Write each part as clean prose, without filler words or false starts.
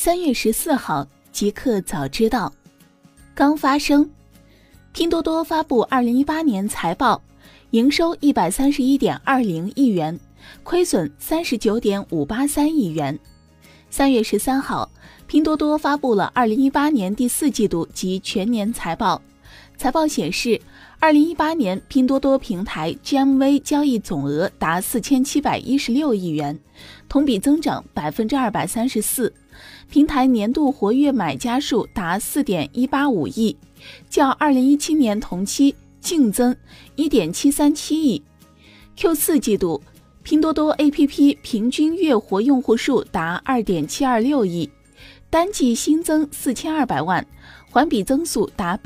3月14号，极客早知道。刚发生，拼多多发布2018年财报，营收131.20亿元，亏损39.583亿元。3月13号，拼多多发布了2018年第4季度及全年财报。财报显示，2018年拼多多平台 GMV 交易总额达4716亿元，同比增长234%，平台年度活跃买家数达4.185亿，较2017年同期净增1.737亿。Q4 季度，拼多多 APP 平均月活用户数达2.726亿，单季新增4200万，环比增速达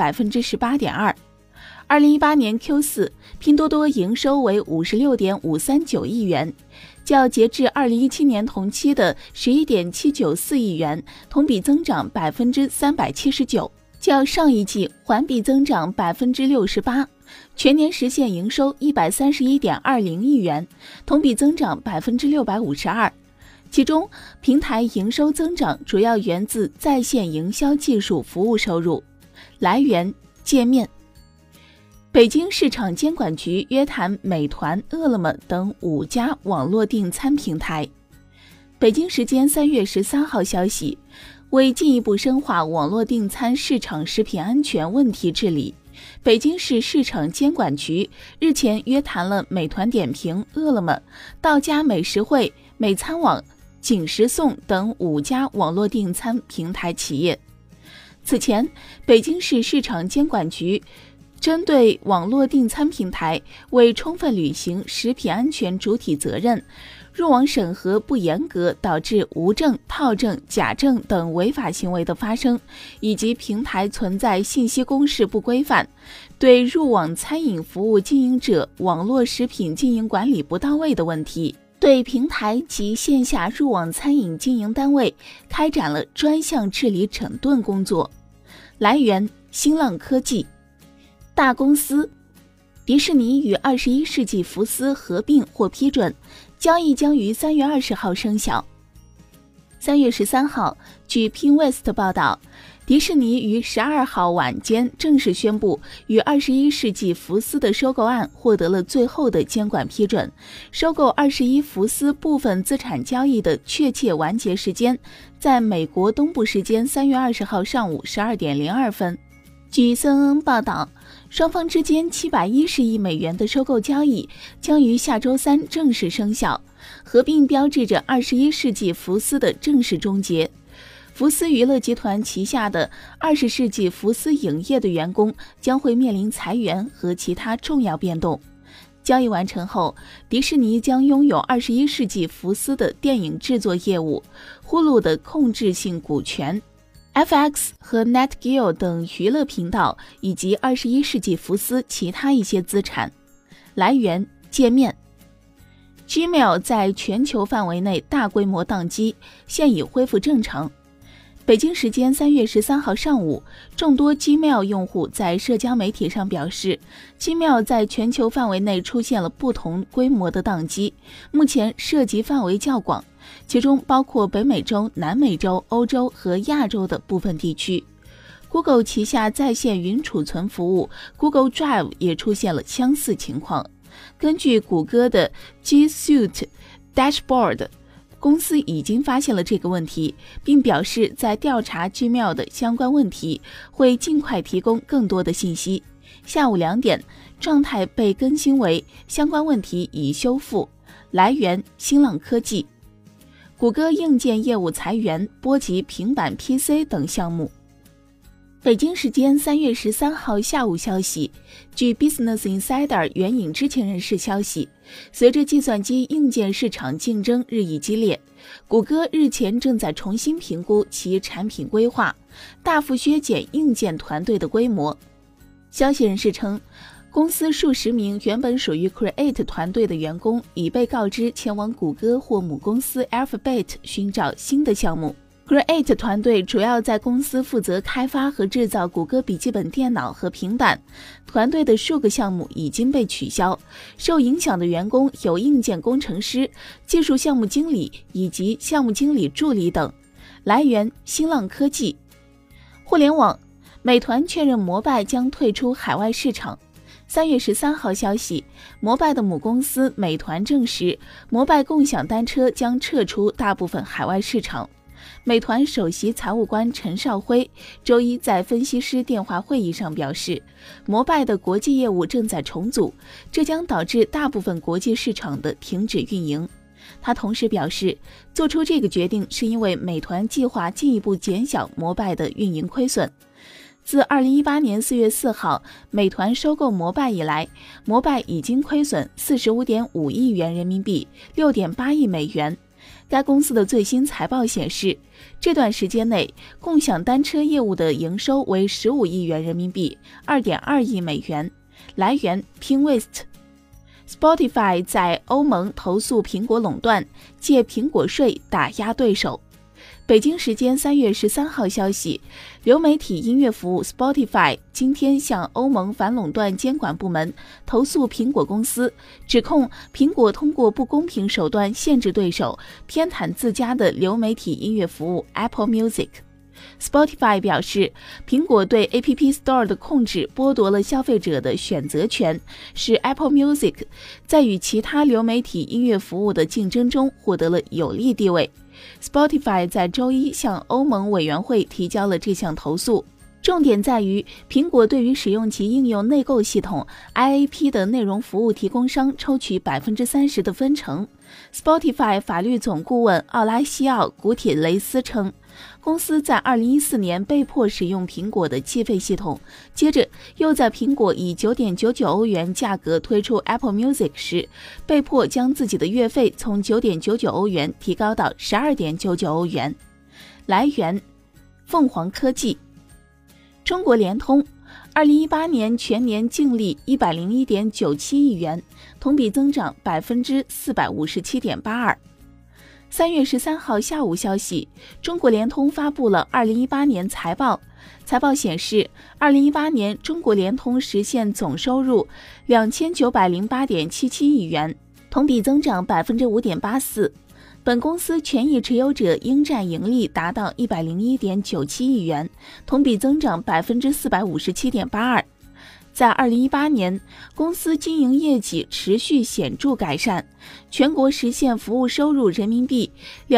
18.2%。2018年 Q4， 拼多多营收为56.539亿元，较截至2017年同期的11.794亿元，同比增长379%，较上一季环比增长68%，全年实现营收131.20亿元，同比增长652%。其中，平台营收增长主要源自在线营销技术服务收入。来源：界面。北京市场监管局约谈美团、饿了么等5家网络订餐平台。北京时间3月13号消息，为进一步深化网络订餐市场食品安全问题治理，北京市市场监管局日前约谈了美团点评、饿了么、到家美食汇、美餐网、景食送等5家网络订餐平台企业。此前，北京市市场监管局针对网络订餐平台为充分履行食品安全主体责任，入网审核不严格导致无证、套证、假证等违法行为的发生，以及平台存在信息公示不规范，对入网餐饮服务经营者网络食品经营管理不到位的问题，对平台及线下入网餐饮经营单位开展了专项治理整顿工作。来源：新浪科技。大公司，迪士尼与21世纪福斯合并或批准，交易将于3月20号生效。3月13号，据 Pinwest 报道，迪士尼于12号晚间正式宣布，与21世纪福斯的收购案获得了最后的监管批准，收购21福斯部分资产交易的确切完结时间在美国东部时间3月20号上午12点02分。据 CNN 报道，双方之间710亿美元的收购交易将于下周三正式生效，合并标志着21世纪福斯的正式终结。福斯娱乐集团旗下的20世纪福斯影业的员工将会面临裁员和其他重要变动。交易完成后，迪士尼将拥有21世纪福斯的电影制作业务、Hulu 的控制性股权、FX 和 NetGeo 等娱乐频道，以及21世纪福斯其他一些资产。来源：界面。Gmail 在全球范围内大规模宕机，现已恢复正常。北京时间3月13号上午，众多 Gmail 用户在社交媒体上表示， Gmail 在全球范围内出现了不同规模的宕机，目前涉及范围较广，其中包括北美洲、南美洲、欧洲和亚洲的部分地区。Google 旗下在线云储存服务 Google Drive 也出现了相似情况。根据谷歌的 G Suite Dashboard，公司已经发现了这个问题，并表示在调查 Gmail 的相关问题，会尽快提供更多的信息。下午2点，状态被更新为相关问题已修复。来源：新浪科技。谷歌硬件业务裁员，波及平板 PC 等项目。北京时间3月13号下午消息，据 Business Insider 援引知情人士消息，随着计算机硬件市场竞争日益激烈，谷歌日前正在重新评估其产品规划，大幅削减硬件团队的规模。消息人士称，公司数十名原本属于 Create 团队的员工已被告知前往谷歌或母公司 Alphabet 寻找新的项目。Create 团队主要在公司负责开发和制造谷歌笔记本电脑和平板，团队的数个项目已经被取消。受影响的员工有硬件工程师、技术项目经理以及项目经理助理等。 来源新浪科技。互联网，美团确认摩拜将退出海外市场。3月13号消息，摩拜的母公司美团证实，摩拜共享单车将撤出大部分海外市场。美团首席财务官陈少辉周一在分析师电话会议上表示，摩拜的国际业务正在重组，这将导致大部分国际市场的停止运营。他同时表示，做出这个决定是因为美团计划进一步减小摩拜的运营亏损。自2018年4月4号美团收购摩拜以来，摩拜已经亏损45.5亿元人民币，6.8亿美元。该公司的最新财报显示，这段时间内共享单车业务的营收为15亿元人民币，2.2亿美元。来源 Pinterest。Spotify 在欧盟投诉苹果垄断，借苹果税打压对手。北京时间3月13号消息，流媒体音乐服务 Spotify 今天向欧盟反垄断监管部门投诉苹果公司，指控苹果通过不公平手段限制对手，偏袒自家的流媒体音乐服务 Apple Music。Spotify 表示，苹果对 App Store 的控制剥夺了消费者的选择权，使 Apple Music 在与其他流媒体音乐服务的竞争中获得了有利地位。Spotify 在周一向欧盟委员会提交了这项投诉，重点在于苹果对于使用其应用内购系统 IAP 的内容服务提供商抽取 30% 的分成。Spotify 法律总顾问奥拉西奥·古铁雷斯称，公司在2014年被迫使用苹果的计费系统，接着又在苹果以 9.99 欧元价格推出 Apple Music 时，被迫将自己的月费从 9.99 欧元提高到 12.99 欧元。来源凤凰科技。中国联通2018年全年净利 101.97 亿元，同比增长 457.82%。3月13号下午消息，中国联通发布了2018年财报。财报显示，2018年中国联通实现总收入 2908.77 亿元，同比增长 5.84%。本公司权益持有者应占盈利达到 101.97 亿元，同比增长 457.82%。在2018年，公司经营业绩持续显著改善，全国实现服务收入人民币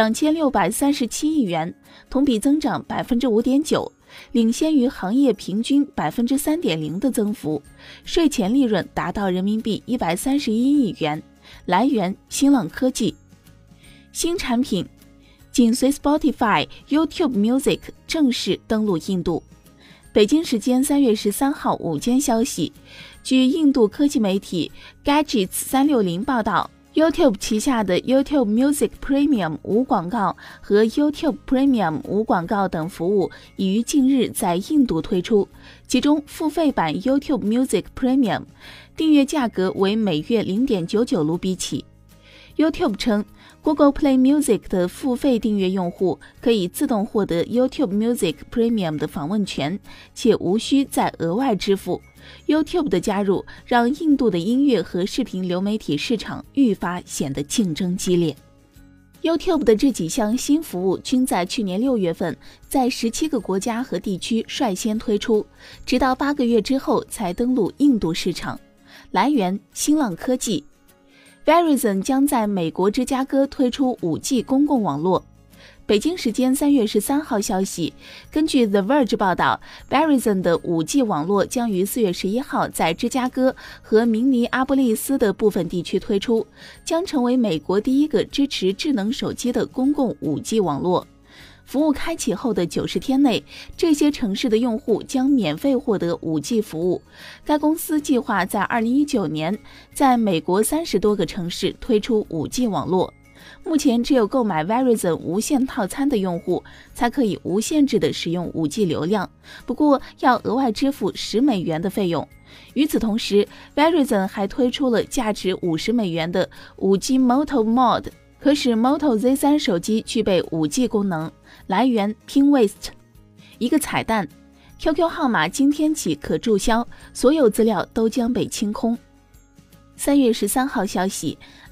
2637亿元，同比增长 5.9%， 领先于行业平均 3.0% 的增幅，税前利润达到人民币131亿元。来源新浪科技。新产品，紧随 Spotify、YouTube Music 正式登陆印度。北京时间3月13号午间消息，据印度科技媒体 Gadgets 360报道， YouTube 旗下的 YouTube Music Premium 无广告和 YouTube Premium 无广告等服务已于近日在印度推出，其中付费版 YouTube Music Premium 订阅价格为每月 0.99 卢比起。YouTube 称，Google Play Music 的付费订阅用户可以自动获得 YouTube Music Premium 的访问权，且无需再额外支付。YouTube 的加入让印度的音乐和视频流媒体市场愈发显得竞争激烈。YouTube 的这几项新服务均在去年6月份在17个国家和地区率先推出，直到8个月之后才登陆印度市场。来源新浪科技。Verizon 将在美国芝加哥推出 5G 公共网络。北京时间3月13号消息，根据 The Verge 报道， Verizon 的 5G 网络将于4月11号在芝加哥和明尼阿波利斯的部分地区推出，将成为美国第一个支持智能手机的公共 5G 网络。服务开启后的90天内，这些城市的用户将免费获得 5G 服务。该公司计划在2019年在美国30多个城市推出 5G 网络。目前只有购买 Verizon 无线套餐的用户才可以无限制地使用 5G 流量，不过要额外支付10美元的费用。与此同时， Verizon 还推出了价值50美元的 5G Moto Mode， 可使 Moto Z3 手机具备 5G 功能。来源 Pinterest。 一个彩蛋， QQ 号码今天起可注销，所有资料都将被清空。3月13号消息，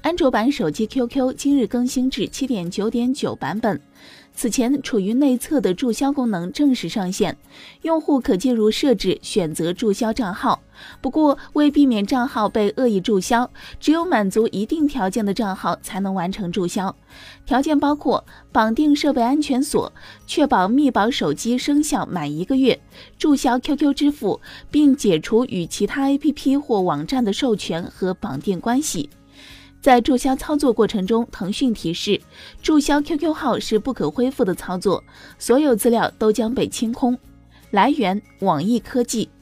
安卓版手机 QQ 今日更新至 7.9.9 版本。此前处于内测的注销功能正式上线，用户可进入设置选择注销账号。不过，为避免账号被恶意注销，只有满足一定条件的账号才能完成注销。条件包括绑定设备安全锁，确保密保手机生效满1个月，注销 QQ 支付，并解除与其他 APP 或网站的授权和绑定关系。在注销操作过程中，腾讯提示，注销 QQ 号是不可恢复的操作，所有资料都将被清空。来源：网易科技。